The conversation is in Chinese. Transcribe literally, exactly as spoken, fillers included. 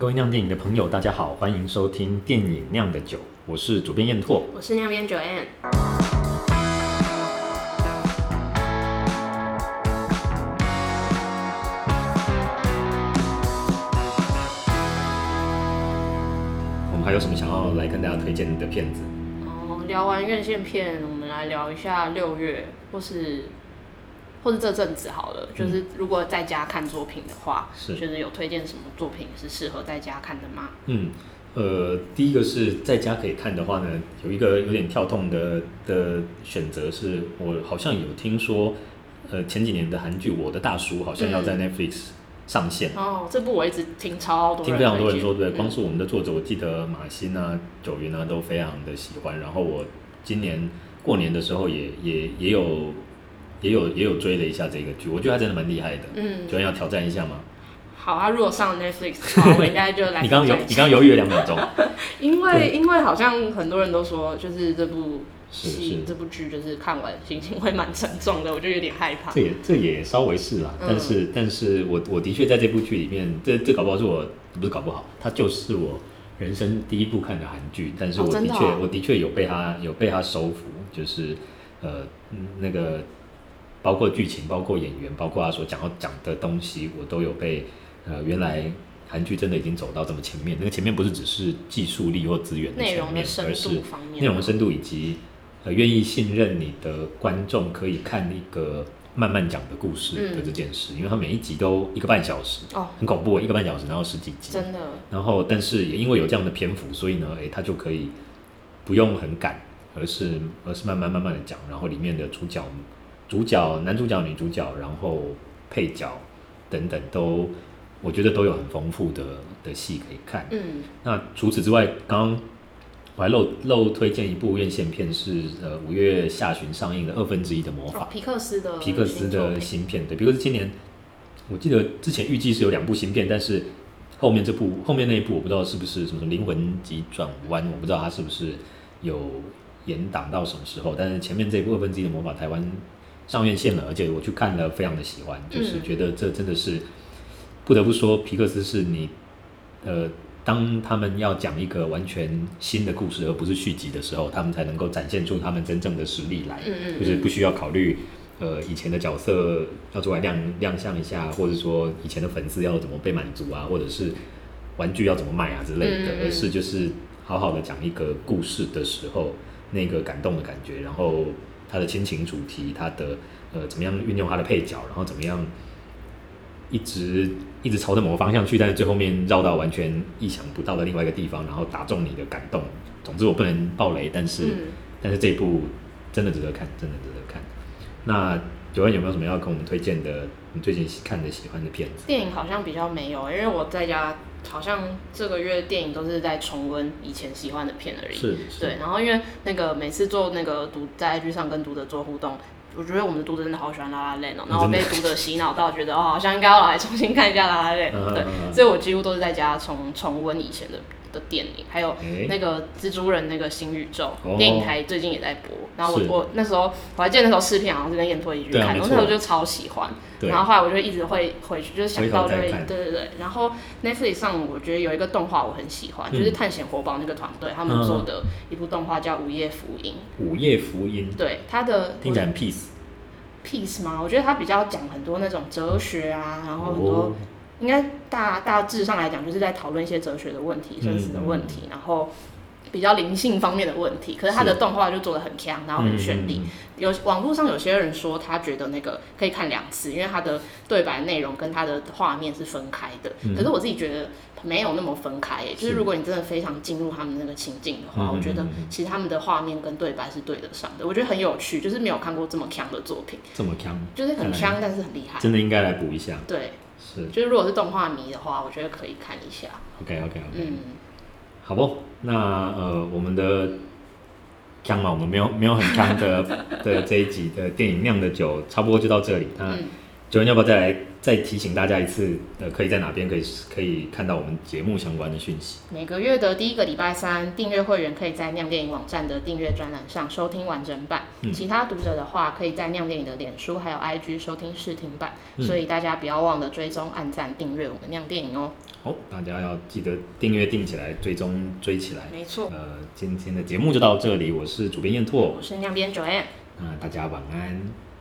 各位酿电影的朋友，大家好，欢迎收听电影酿的酒，我是主编燕拓， 我是酿编 Joanne。 我们还有什么想要来跟大家推荐的片子？ 哦，聊完院线片，我们来聊一下六月，或是或是这阵子好了。就是如果在家看作品的话， 是就是有推荐什么作品是适合在家看的吗？ 嗯。呃，第一个是在家可以看的话呢，有一个有点跳痛的的选择是，我好像有听说，呃，前几年的韩剧《我的大叔》好像要在 Netflix 上线。 嗯、哦，这部我一直听超多人听非常多人说，对， 嗯、 光是我们的作者，我记得马欣啊、九云啊都非常的喜欢。然后我今年过年的时候也也也有也有也有追了一下这个剧，我觉得它真的蛮厉害的。嗯，九云要挑战一下吗？ 好啊，如果上 Netflix 的话，我应该就来。 你刚刚你刚刚犹豫了两秒钟， 因为因为好像很多人都说，就是这部戏这部剧就是看完心情会蛮沉重的，我就有点害怕。 这也这也稍微是啦，嗯、但是但是我我的确在这部剧里面，这这搞不好是我不是搞不好，它就是我人生第一部看的韩剧，但是我的确、哦哦、我的确有被它有被它收服，就是呃那个包括剧情、包括演员、包括他所讲要讲的东西，我都有被。呃，原来韩剧真的已经走到这么前面，那个前面不是只是技术力或资源的前面，而是内容的深度以及呃愿意信任你的观众可以看一个慢慢讲的故事的这件事，嗯、因为它每一集都一个半小时，哦，很恐怖，一个半小时，然后十几集， 真的。 然后，但是也因为有这样的篇幅，所以呢，哎，它就可以不用很赶，而是而是慢慢慢慢的讲，然后里面的主角、主角、男主角、女主角，然后配角等等都。我觉得都有很丰富的的戏可以看。嗯，那除此之外，刚刚我还漏漏推荐一部院线片是呃五月下旬上映的《二分之一的魔法》， 哦，皮克斯的皮克斯的新片。对，皮克斯今年我记得之前预计是有两部新片，但是后面这部后面那一部我不知道是不是什么灵魂急转弯，我不知道它是不是有延档到什么时候。但是前面这部《二分之一的魔法》台湾上院线了，而且我去看了，非常的喜欢，就是觉得这真的是。不得不说，皮克斯是你，呃，当他们要讲一个完全新的故事，而不是续集的时候，他们才能够展现出他们真正的实力来，嗯嗯嗯就是不需要考虑，呃，以前的角色要出来亮亮相一下，或者说以前的粉丝要怎么被满足啊，或者是玩具要怎么卖啊之类的，嗯嗯嗯而是就是好好的讲一个故事的时候，那个感动的感觉，然后他的亲情主题，他的呃怎么样运用他的配角，然后怎么样。一直一直朝着某个方向去，但是最后面绕到完全意想不到的另外一个地方，然后打中你的感动。总之我不能爆雷，但是、嗯、但是这一部真的值得看，真的值得看。那九安有没有什么要跟我们推荐的？你最近看的喜欢的片子？ 电影好像比较没有，因为我在家好像这个月电影都是在重温以前喜欢的片而已。 是，是对。然后因为那个每次做那个读在 I G 上跟读者做互动。我觉得我们的读者真的好喜欢拉拉链哦，然后被读者洗脑到觉得哦，好像应该要来重新看一下拉拉链，对，所以我几乎都是在家重重温以前的的电影，还有那个蜘蛛人那个新宇宙、欸、电影台最近也在播，然后我我那时候我还记得那时候试片好像是跟燕拓一起去看，然后那时候就超喜欢，然后后来我就一直会回去就是想到就会对对对，然后 Netflix 上我觉得有一个动画我很喜欢，嗯、就是探险活宝那个团队他们做的一部动画叫《午夜福音》。 午夜福音， 对，它的听起来很 peace。 peace 吗？我觉得他比较讲很多那种哲学啊，然后很多、哦、应该大大致上来讲，就是在讨论一些哲学的问题、生死的问题，嗯、然后比较灵性方面的问题。可是他的动画就做得很强，然后很绚丽。嗯、有网络上有些人说，他觉得那个可以看两次，因为他的对白内容跟他的画面是分开的。嗯、可是我自己觉得。没有那么分开耶，就是如果你真的非常进入他们那个情境的话，我觉得其实他们的画面跟对白是对得上的，我觉得很有趣，就是没有看过这么强的作品， 这么强， 就是很强，但是很厉害， 真的应该来补一下。 对， 是， 就是如果是动画迷的话，我觉得可以看一下。 OK OK OK，嗯，好不，那呃我们的强嘛，我们没有没有很强的的这一集的电影酿的酒，差不多就到这里。那九人要不要再来？再提醒大家一次，呃，可以在哪边可以可以看到我们节目相关的讯息？ 每个月的第一个礼拜三，订阅会员可以在酿电影网站的订阅专栏上收听完整版。嗯、其他读者的话，可以在酿电影的脸书还有 I G 收听试听版。嗯、所以大家不要忘了追踪、按赞、订阅我们酿电影哦。 好，大家要记得订阅订起来，追踪追起来。 没错。 呃，今天的节目就到这里，我是主编燕拓， 我是酿编 Joanne。 那大家晚安。